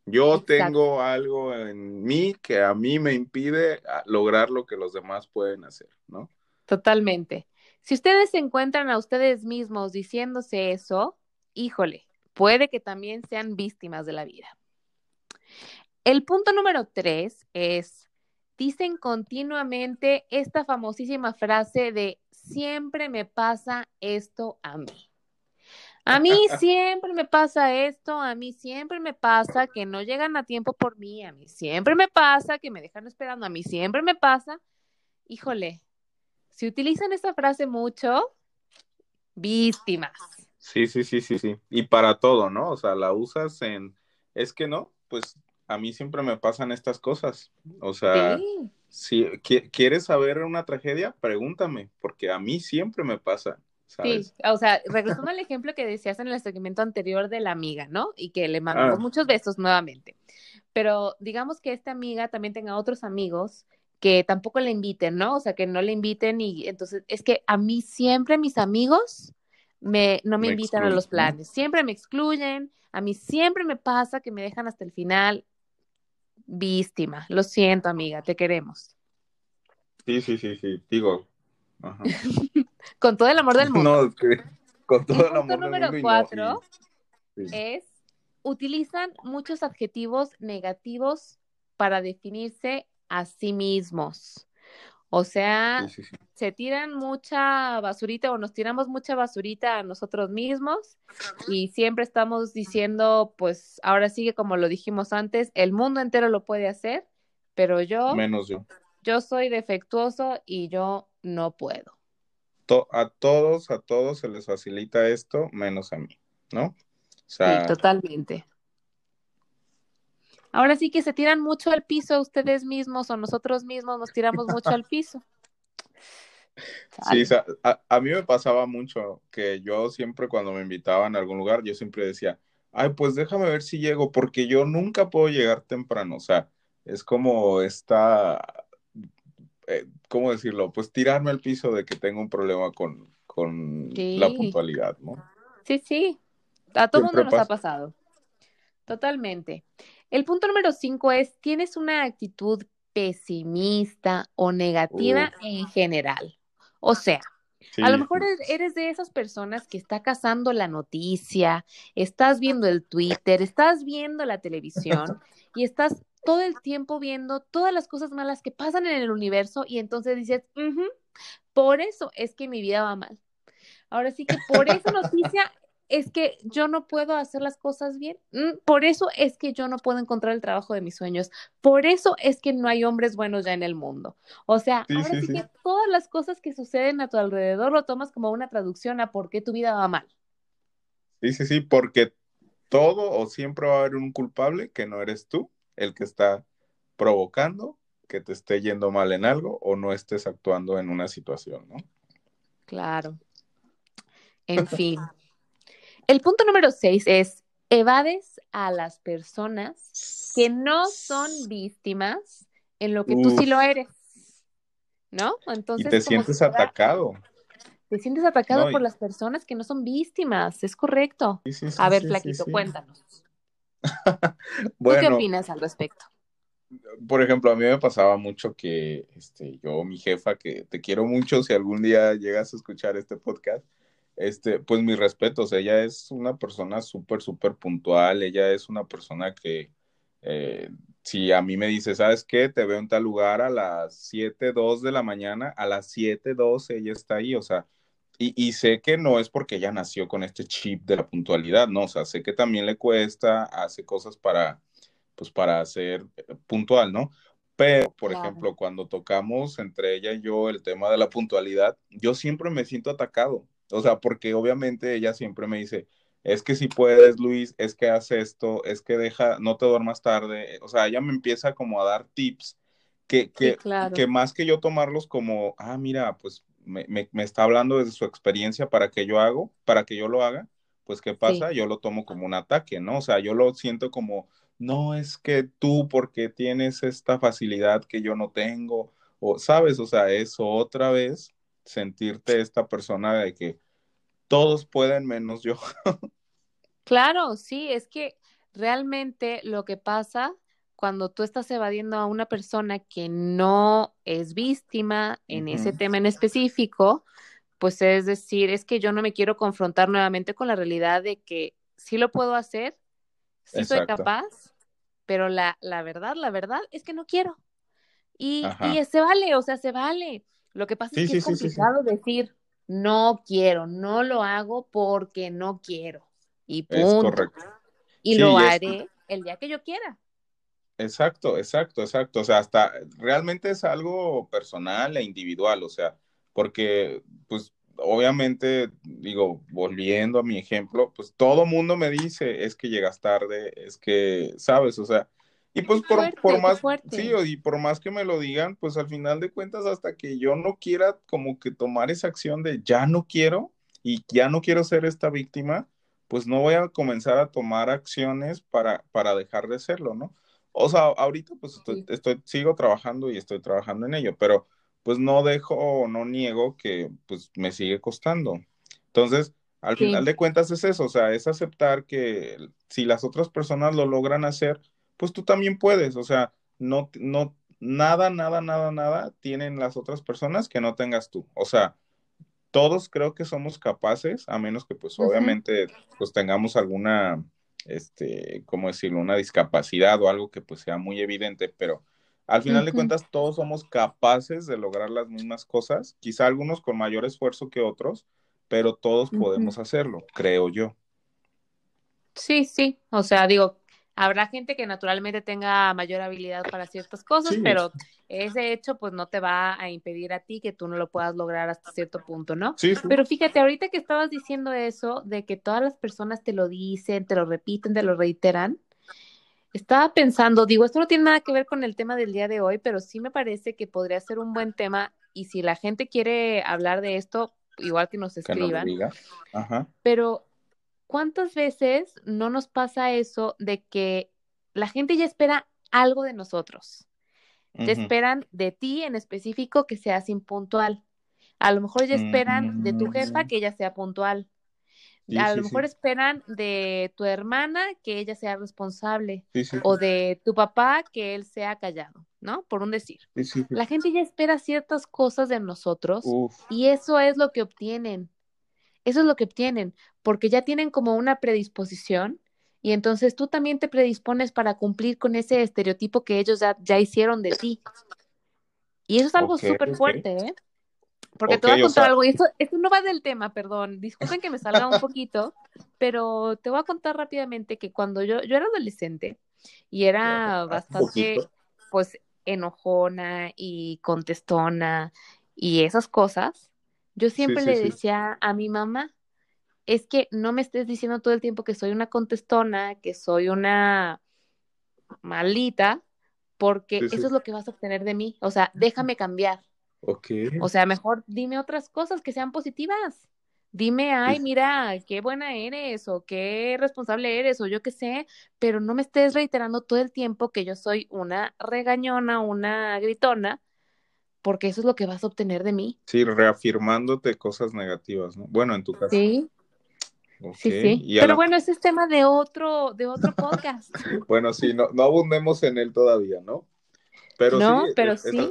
Yo Exacto, tengo algo en mí que a mí me impide a- lograr lo que los demás pueden hacer, ¿no? totalmente. Si ustedes se encuentran a ustedes mismos diciéndose eso, híjole, puede que también sean víctimas de la vida. El punto número tres es, dicen continuamente esta famosísima frase de siempre me pasa esto a mí. A mí siempre me pasa esto, a mí siempre me pasa que no llegan a tiempo por mí, a mí siempre me pasa que me dejan esperando, a mí siempre me pasa. Híjole, si utilizan esta frase mucho, víctimas. Sí, sí, sí, sí, sí. Y para todo, ¿no? O sea, la usas en... Es que no, pues a mí siempre me pasan estas cosas. O sea, Sí, si qui- quieres saber una tragedia, pregúntame, porque a mí siempre me pasa, sí. ¿sabes? O sea, regresando al ejemplo que decías en el segmento anterior de la amiga, ¿no? Y que le mandamos Ah, muchos besos nuevamente. Pero digamos que esta amiga también tenga otros amigos que tampoco le inviten, ¿no? O sea, que no le inviten y entonces es que a mí siempre mis amigos me, no me me invitan a excluye, los ¿no? planes, siempre me excluyen, a mí siempre me pasa que me dejan hasta el final víctima. Lo siento, amiga, te queremos. Sí, sí, sí, sí, digo, ajá. Con todo el amor del mundo. No, es que con El todo el punto amor del número mundo y no, y cuatro sí, es, utilizan muchos adjetivos negativos para definirse a sí mismos. O sí, sea, sí, sí. se tiran mucha basurita o nos tiramos mucha basurita a nosotros mismos y siempre estamos diciendo, pues ahora sigue como lo dijimos antes, el mundo entero lo puede hacer, pero yo, Menos yo. yo soy defectuoso y yo no puedo. To- a todos, a todos se les facilita esto, menos a mí, ¿no? O Sí, sea, totalmente. Ahora sí que se tiran mucho al piso ustedes mismos o nosotros mismos nos tiramos mucho al piso. sí, o Sale. sea, a, a mí me pasaba mucho que yo siempre cuando me invitaban a algún lugar, yo siempre decía, ay, pues déjame ver si llego, porque yo nunca puedo llegar temprano, o sea, es como esta, eh, ¿cómo decirlo? Pues tirarme al piso de que tengo un problema con, con la Sí, puntualidad, ¿no? sí, sí. A todo mundo Siempre nos ha pasa. pasado. Totalmente. El punto número cinco es, ¿tienes una actitud pesimista o Uh, negativa en general? O sea, a lo sí, mejor eres eres de esas personas que está cazando la noticia, estás viendo el Twitter, estás viendo la televisión y estás todo el tiempo viendo todas las cosas malas que pasan en el universo y entonces dices, "Ujú, por eso es que mi vida va mal. Ahora sí que por esa noticia es que yo no puedo hacer las cosas bien. Mm, Por eso es que yo no puedo encontrar el trabajo de mis sueños. Por eso es que no hay hombres buenos ya en el mundo. O sea, sí, ahora sí, sí sí. que todas las cosas que suceden a tu alrededor lo tomas como una traducción a por qué tu vida va mal. Sí, sí, sí, porque todo o siempre va a haber un culpable que no eres tú, el que está provocando que te esté yendo mal en algo o no estés actuando en una situación, ¿no? Claro. En fin. El punto número seis es, evades a las personas que no son víctimas en lo que tú sí lo Uf, eres, ¿no? y Entonces, te como si sientes fuera, atacado, te sientes atacado ¿no? por Y- las personas que no son víctimas, es correcto. sí, sí, A sí, ver, sí, sí, Flaquito, sí. cuéntanos. ¿Tú qué Bueno, opinas al respecto? por ejemplo, a mí me pasaba mucho que este, yo, mi jefa, que te quiero mucho, si algún día llegas a escuchar este podcast, este, pues mis respetos, ella es una persona súper, súper puntual, ella es una persona que, eh, si a mí me dice, ¿sabes qué? Te veo en tal lugar a las siete dos de la mañana, a las siete dos ella está ahí, o sea, y, y sé que no es porque ella nació con este chip de la puntualidad, no, o sea, sé que también le cuesta, hace cosas para pues para ser puntual, ¿no? Pero, por Claro. ejemplo, cuando tocamos entre ella y yo el tema de la puntualidad, yo siempre me siento atacado. O sea, porque obviamente ella siempre me dice, es que si puedes, Luis, es que haz esto, es que deja, no te duermas tarde. O sea, ella me empieza como a dar tips que, Sí, que, claro. que más que yo tomarlos como, ah, mira, pues me, me, me está hablando desde su experiencia para que yo hago, para que yo lo haga, pues ¿qué Sí, pasa? Yo lo tomo como un ataque, ¿no? O sea, yo lo siento como no es que tú porque tienes esta facilidad que yo no tengo, o sabes, o sea, eso otra vez, sentirte esta persona de que todos pueden menos yo. claro, sí, es que realmente lo que pasa cuando tú estás evadiendo a una persona que no es víctima en ese Ujú. tema en específico, pues es decir, es que yo no me quiero confrontar nuevamente con la realidad de que sí lo puedo hacer, sí soy Exacto. capaz, pero la, la verdad, la verdad es que no quiero. Y, Ajá. y se vale, o sea, se vale. Lo que pasa es Sí, que es sí, sí, sí, sí. complicado decir, no quiero, no lo hago porque no quiero. Y Es punto. correcto. Y Sí, lo y es haré el día que yo quiera. exacto, exacto, exacto. O sea, hasta realmente es algo personal e individual, o sea, porque, pues, obviamente, digo, volviendo a mi ejemplo, pues todo mundo me dice, es que llegas tarde, es que, ¿sabes? O sea, y Qué pues por, por fuerte, qué más, sí, fuerte. y por más que me lo digan, pues al final de cuentas, hasta que yo no quiera como que tomar esa acción de ya no quiero y ya no quiero ser esta víctima, pues no voy a comenzar a tomar acciones para, para dejar de serlo, ¿no? O sea, ahorita pues estoy, Sí, estoy, sigo trabajando y estoy trabajando en ello, pero pues no dejo o no niego que pues me sigue costando. Entonces, al final sí, de cuentas es eso, o sea, es aceptar que si las otras personas lo logran hacer, pues tú también puedes, o sea, no, no, nada, nada, nada, nada tienen las otras personas que no tengas tú. O sea, todos creo que somos capaces, a menos que pues ujú, obviamente pues tengamos alguna, este, ¿cómo decirlo? Una discapacidad o algo que pues sea muy evidente, pero al final de ujú, cuentas todos somos capaces de lograr las mismas cosas, quizá algunos con mayor esfuerzo que otros, pero todos ujú. podemos hacerlo, creo yo. Sí, sí. O sea, digo, habrá gente que naturalmente tenga mayor habilidad para ciertas cosas, Sí, pero ese hecho pues no te va a impedir a ti que tú no lo puedas lograr hasta cierto punto, ¿no? sí, sí, Pero fíjate, ahorita que estabas diciendo eso, de que todas las personas te lo dicen, te lo repiten, te lo reiteran, estaba pensando, digo, esto no tiene nada que ver con el tema del día de hoy, pero sí me parece que podría ser un buen tema y si la gente quiere hablar de esto, igual que nos que nos lo escriban, diga. Ajá. pero ¿cuántas veces no nos pasa eso de que la gente ya espera algo de nosotros? Ya Ujú. esperan de ti en específico que seas impuntual. A lo mejor ya esperan de tu jefa Mm, que ella sea puntual. sí, A lo sí, mejor sí, esperan de tu hermana que ella sea responsable sí, sí, o de tu papá que él sea callado, ¿no? Por un decir. sí, sí, sí. La gente ya espera ciertas cosas de nosotros Uf, y eso es lo que obtienen. Eso es lo que obtienen, porque ya tienen como una predisposición y entonces tú también te predispones para cumplir con ese estereotipo que ellos ya, ya hicieron de ti. Y eso es algo ok, súper ok, fuerte, ¿eh? Porque ok, te voy a o contar sea, algo, y esto, esto no va del tema, perdón, disculpen que me salga un poquito, pero te voy a contar rápidamente que cuando yo, yo era adolescente y era hace poquito. bastante, pues, enojona y contestona y esas cosas, yo Sí, siempre sí, le sí. decía a mi mamá, es que no me estés diciendo todo el tiempo que soy una contestona, que soy una maldita, porque Sí, sí. eso es lo que vas a obtener de mí. O sea, déjame cambiar. Ok. O sea, mejor dime otras cosas que sean positivas. Dime, Sí, ay, sí. mira, qué buena eres o qué responsable eres o yo qué sé, pero no me estés reiterando todo el tiempo que yo soy una regañona, una gritona, porque eso es lo que vas a obtener de mí. Sí, reafirmándote cosas negativas, ¿no? Bueno, en tu caso. Sí, Ok. sí, sí. Y a Pero la... bueno, ese es tema de otro, de otro podcast. Bueno, sí, no, no abundemos en él todavía, ¿no? Pero sí, No, pero es- es- sí,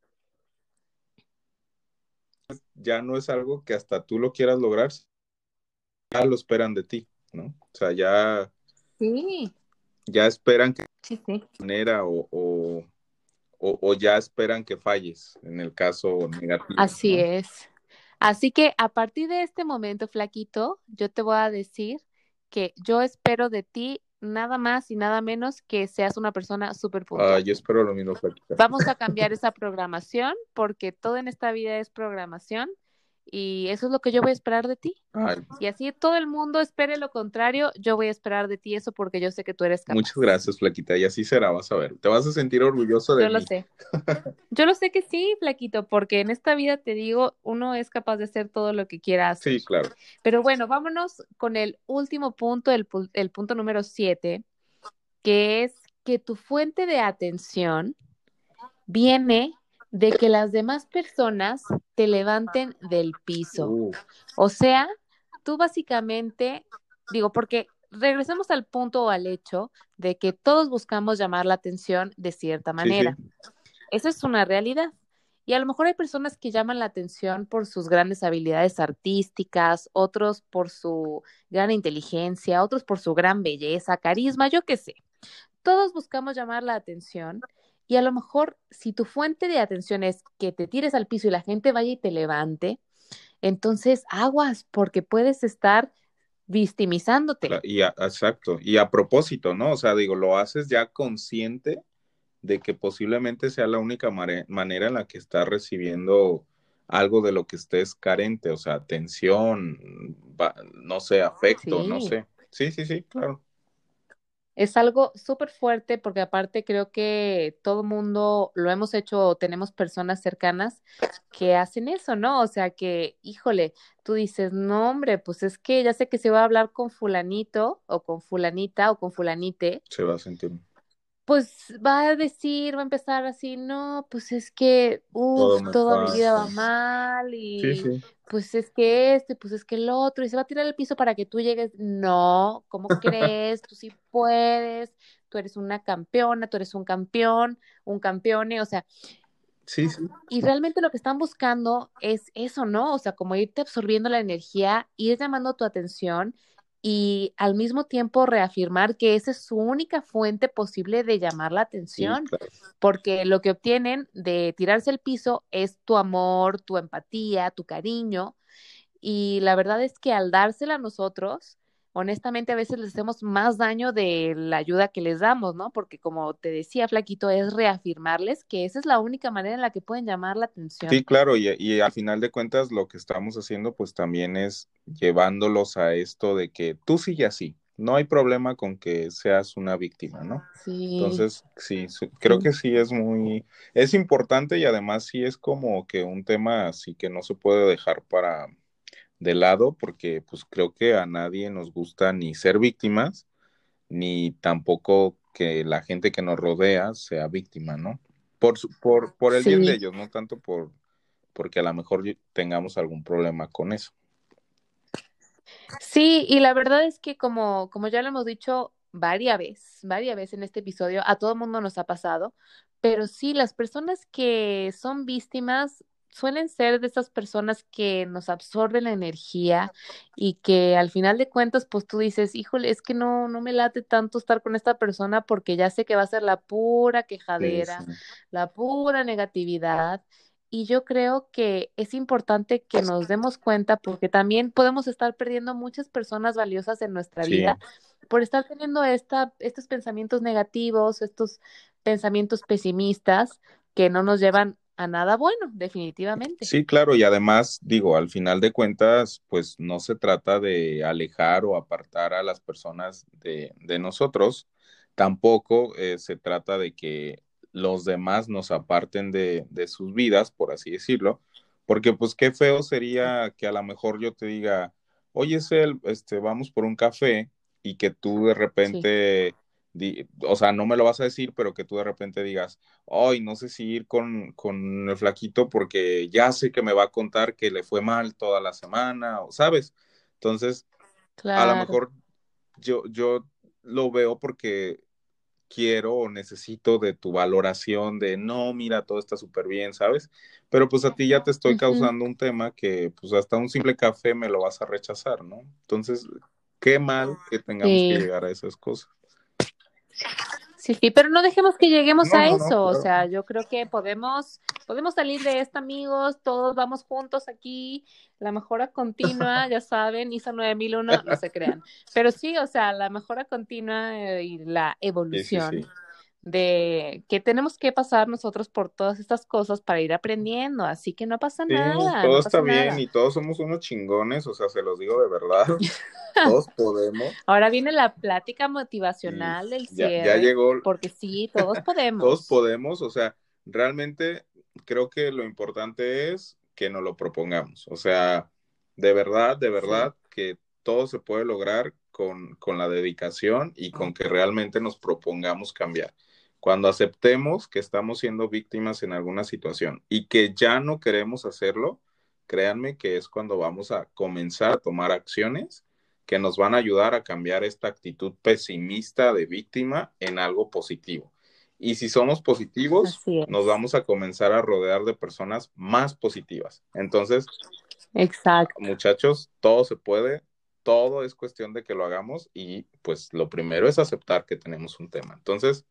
ya no es algo que hasta tú lo quieras lograr, ya lo esperan de ti, ¿no? O sea, ya, sí, ya esperan que de sí, sí. manera o, o, o, o ya esperan que falles en el caso negativo, Así ¿no? es. Así que a partir de este momento, flaquito, yo te voy a decir que yo espero de ti nada más y nada menos que seas una persona súper Ah, puntual. yo espero lo mismo, Flaquita. Vamos a cambiar esa programación porque todo en esta vida es programación y eso es lo que yo voy a esperar de ti. Ay, Y así todo el mundo espere lo contrario, yo voy a esperar de ti eso porque yo sé que tú eres muchas capaz. gracias, Flaquita, y así será, vas a ver. Te vas a sentir orgulloso de Yo lo mí. sé. Yo lo sé que sí, flaquito, porque en esta vida te digo, uno es capaz de hacer todo lo que quiera hacer. Sí, claro. Pero bueno, vámonos con el último punto, el, pu- el punto número siete, que es que tu fuente de atención viene de que las demás personas te levanten del piso. Uh, O sea, tú básicamente, digo, porque regresemos al punto o al hecho de que todos buscamos llamar la atención de cierta Sí, sí, manera. Esa es una realidad. Y a lo mejor hay personas que llaman la atención por sus grandes habilidades artísticas, otros por su gran inteligencia, otros por su gran belleza, carisma, yo qué sé. Todos buscamos llamar la atención y a lo mejor si tu fuente de atención es que te tires al piso y la gente vaya y te levante, entonces aguas porque puedes estar victimizándote. cla- y a- exacto, y a propósito, ¿no? O sea, digo, lo haces ya consciente de que posiblemente sea la única mare- manera en la que estás recibiendo algo de lo que estés carente, o sea, atención, va- no sé, afecto, no Sí, sé. Sí, sí, sí, claro. es algo súper fuerte porque aparte creo que todo mundo lo hemos hecho o tenemos personas cercanas que hacen eso, ¿no? O sea que, híjole, tú dices, no, hombre, pues es que ya sé que se va a hablar con fulanito o con fulanita o con fulanite, Se va a sentir pues va a decir, va a empezar así, no, pues es que, todo uff, me toda mi vida va pasa. mal Sí, y sí. pues es que este, pues es que el otro, y se va a tirar al piso para que tú llegues. No, ¿cómo crees? Tú sí puedes, tú eres una campeona, tú eres un campeón, un campeone, o sea, Sí, sí. y realmente lo que están buscando es eso, ¿no? O sea, como irte absorbiendo la energía, ir llamando tu atención y al mismo tiempo reafirmar que esa es su única fuente posible de llamar la Sí, atención, claro. porque lo que obtienen de tirarse al piso es tu amor, tu empatía, tu cariño, y la verdad es que al dársela a nosotros, honestamente a veces les hacemos más daño de la ayuda que les damos, ¿no? Porque como te decía, Flaquito, es reafirmarles que esa es la única manera en la que pueden llamar la Sí, atención. claro, y, y al final de cuentas lo que estamos haciendo pues también es llevándolos a esto de que tú sigue así, no hay problema con que seas una víctima, ¿no? Sí, Entonces, sí, sí, creo sí, que sí es muy, es importante y además sí es como que un tema así que no se puede dejar para de lado porque pues creo que a nadie nos gusta ni ser víctimas, ni tampoco que la gente que nos rodea sea víctima, ¿no? Por, su- por, por el bien de sí. ellos, no tanto por porque a lo mejor tengamos algún problema con eso. Sí, y la verdad es que como, como ya lo hemos dicho varias veces, varias veces en este episodio, a todo mundo nos ha pasado, pero sí, las personas que son víctimas suelen ser de esas personas que nos absorben la energía y que al final de cuentas, pues tú dices, híjole, es que no, no me late tanto estar con esta persona porque ya sé que va a ser la pura Sí, sí. quejadera, la pura negatividad. Y yo creo que es importante que nos demos cuenta porque también podemos estar perdiendo muchas personas valiosas en nuestra Sí, vida por estar teniendo esta, estos pensamientos negativos, estos pensamientos pesimistas que no nos llevan a nada bueno, definitivamente. sí, claro, y además, digo, al final de cuentas, pues no se trata de alejar o apartar a las personas de, de nosotros, tampoco eh, se trata de que los demás nos aparten de, de sus vidas, por así decirlo, porque pues qué feo sería que a lo mejor yo te diga, oye, Cel, este, vamos por un café y que tú de Sí, repente, di- o sea, no me lo vas a decir, pero que tú de repente digas, hoy no sé si ir con, con el flaquito porque ya sé que me va a contar que le fue mal toda la semana, o sabes. Entonces, a lo claro. mejor yo, yo lo veo porque quiero o necesito de tu valoración de no, mira, todo está súper bien, ¿sabes? Pero pues a ti ya te estoy Ujú. causando un tema que pues hasta un simple café me lo vas a rechazar, ¿no? Entonces, qué mal que tengamos que Sí. llegar a esas cosas. Sí, sí, pero no dejemos que lleguemos No, a no, no, eso, o claro. sea, yo creo que podemos, podemos salir de esto, amigos, todos vamos juntos aquí, la mejora continua, ya saben, ISO nueve mil uno, no se crean, pero sí, o sea, la mejora continua eh, y la Sí, sí, sí. evolución de que tenemos que pasar nosotros por todas estas cosas para ir aprendiendo, así que no pasa Sí, nada, todo no está pasa bien nada. y todos somos unos chingones, o sea, se los digo de verdad, todos podemos Ahora viene la plática y motivacional del ya, ya cierre, llegó, porque sí, todos todos podemos. podemos, o sea, realmente creo que lo importante es que nos lo propongamos, o sea, de verdad, de Sí. verdad que todo se puede lograr con, con la dedicación y con que realmente nos propongamos cambiar. Cuando aceptemos que estamos siendo víctimas en alguna situación y que ya no queremos hacerlo, créanme que es cuando vamos a comenzar a tomar acciones que nos van a ayudar a cambiar esta actitud pesimista de víctima en algo positivo. Y si somos positivos, Así nos es. vamos a comenzar a rodear de personas más positivas. Entonces, Exacto. muchachos, todo se puede, todo es cuestión de que lo hagamos y pues lo primero es aceptar que tenemos un tema. Entonces,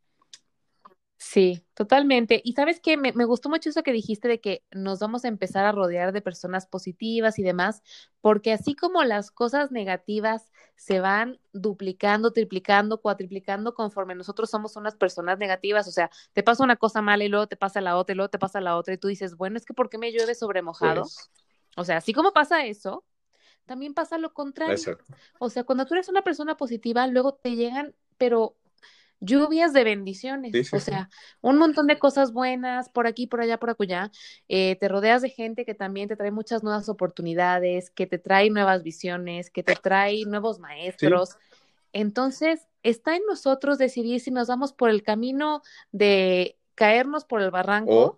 Sí, totalmente. Y sabes qué, me, me gustó mucho eso que dijiste de que nos vamos a empezar a rodear de personas positivas y demás, porque así como las cosas negativas se van duplicando, triplicando, cuatriplicando conforme nosotros somos unas personas negativas, o sea, te pasa una cosa mala y luego te pasa la otra y luego te pasa la otra y tú dices, bueno, es que ¿por qué me llueve sobre mojado? pues, O sea, así como pasa eso, también pasa lo contrario. exacto. O sea, cuando tú eres una persona positiva, luego te llegan, pero lluvias de Sí, bendiciones, sí, o sí. sea, un montón de cosas buenas por aquí, por allá, por acullá. Eh, te rodeas de gente que también te trae muchas nuevas oportunidades, que te trae nuevas visiones, que te trae nuevos Sí, maestros. Entonces, está en nosotros decidir si nos vamos por el camino de caernos por el o barranco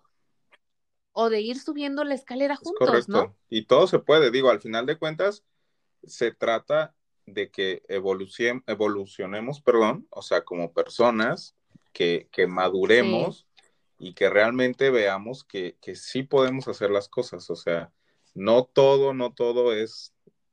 o de ir subiendo la escalera es juntos, ¿no? correcto. Y todo se puede, digo, al final de cuentas, se trata de que evolucion, evolucionemos, perdón, o sea, como personas, que, que Sí, maduremos y que realmente veamos que, que sí podemos hacer las cosas. O sea, no todo, no todo es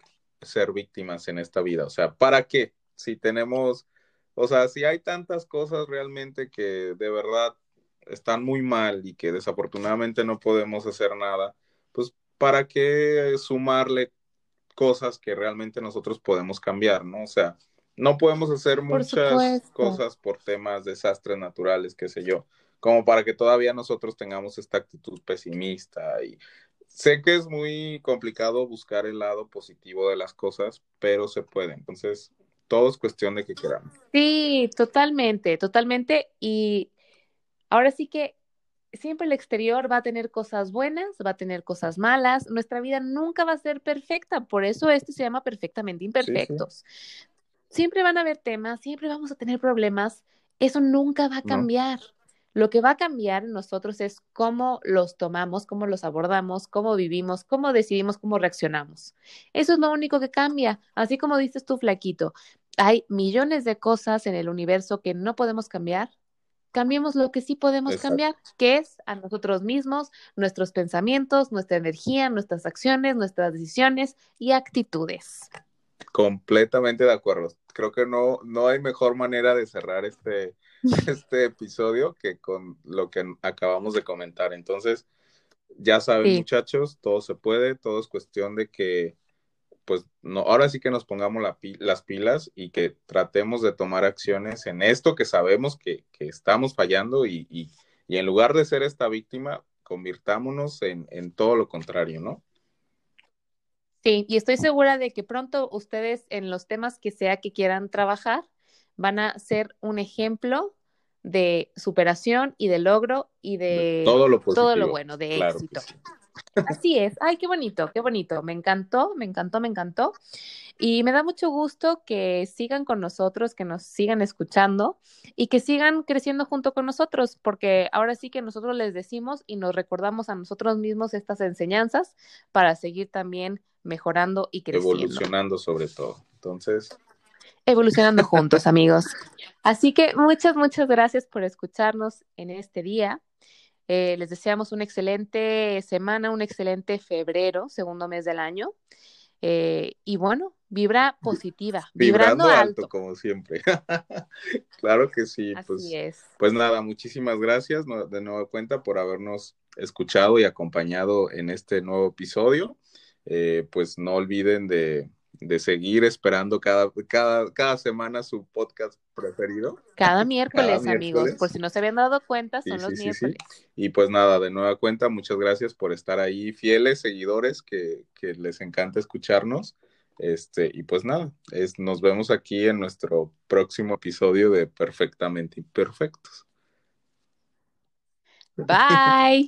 ser víctimas en esta vida. O sea, ¿para qué? Si tenemos, o sea, si hay tantas cosas realmente que de verdad están muy mal y que desafortunadamente no podemos hacer nada, pues ¿para qué sumarle cosas que realmente nosotros podemos cambiar, ¿no? O sea, no podemos hacer por muchas supuesto. cosas por temas, desastres naturales, qué sé yo, como para que todavía nosotros tengamos esta actitud pesimista. Y sé que es muy complicado buscar el lado positivo de las cosas, pero se puede. Entonces, todo es cuestión de que queramos. Sí, totalmente, totalmente. Y ahora sí que siempre el exterior va a tener cosas buenas, va a tener cosas malas. Nuestra vida nunca va a ser perfecta, por eso este se llama Perfectamente Sí, sí, Imperfectos. Siempre van a haber temas, siempre vamos a tener problemas. Eso nunca va a ¿no? cambiar. Lo que va a cambiar en nosotros es cómo los tomamos, cómo los abordamos, cómo vivimos, cómo decidimos, cómo reaccionamos. Eso es lo único que cambia. Así como dices tú, Flaquito, hay millones de cosas en el universo que no podemos cambiar. Cambiemos lo que sí podemos cambiar, Exacto. que es a nosotros mismos, nuestros pensamientos, nuestra energía, nuestras acciones, nuestras decisiones y actitudes. Completamente de acuerdo. Creo que no, no hay mejor manera de cerrar este, este episodio que con lo que acabamos de comentar. Entonces, ya saben, Sí, muchachos, todo se puede, todo es cuestión de que, pues, no, ahora sí que nos pongamos la pi las pilas y que tratemos de tomar acciones en esto que sabemos que, que estamos fallando y, y, y en lugar de ser esta víctima, convirtámonos en, en todo lo contrario, ¿no? sí, y estoy segura de que pronto ustedes en los temas que sea que quieran trabajar van a ser un ejemplo de superación y de logro y De de todo lo todo lo positivo, bueno, de claro que éxito. sí. Así es. Ay, qué bonito, qué bonito. Me encantó, me encantó, me encantó. Y me da mucho gusto que sigan con nosotros, que nos sigan escuchando y que sigan creciendo junto con nosotros, porque ahora sí que nosotros les decimos y nos recordamos a nosotros mismos estas enseñanzas para seguir también mejorando y creciendo, Evolucionando sobre todo. Entonces, evolucionando juntos, amigos. Así que muchas, muchas gracias por escucharnos en este día. Eh, les deseamos una excelente semana, un excelente febrero, segundo mes del año. Eh, y bueno, vibra positiva, vibrando vibrando alto alto. como siempre. Claro que sí, Así pues, es. pues nada, muchísimas gracias no, de nueva cuenta por habernos escuchado y acompañado en este nuevo episodio. Eh, pues no olviden de, de seguir esperando cada, cada, cada semana su podcast preferido, Cada cada miércoles, amigos, por miércoles. si no se habían dado cuenta, Sí, son sí, los sí, sí. miércoles. Y pues nada, de nueva cuenta, muchas gracias por estar ahí, fieles seguidores que, que les encanta escucharnos. Este, y pues nada, es, nos vemos aquí en nuestro próximo episodio de Perfectamente Imperfectos. Bye.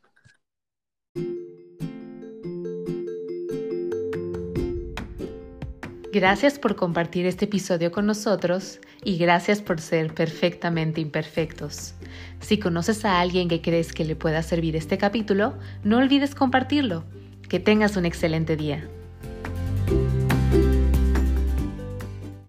Gracias por compartir este episodio con nosotros y gracias por ser perfectamente imperfectos. Si conoces a alguien que crees que le pueda servir este capítulo, no olvides compartirlo. Que tengas un excelente día.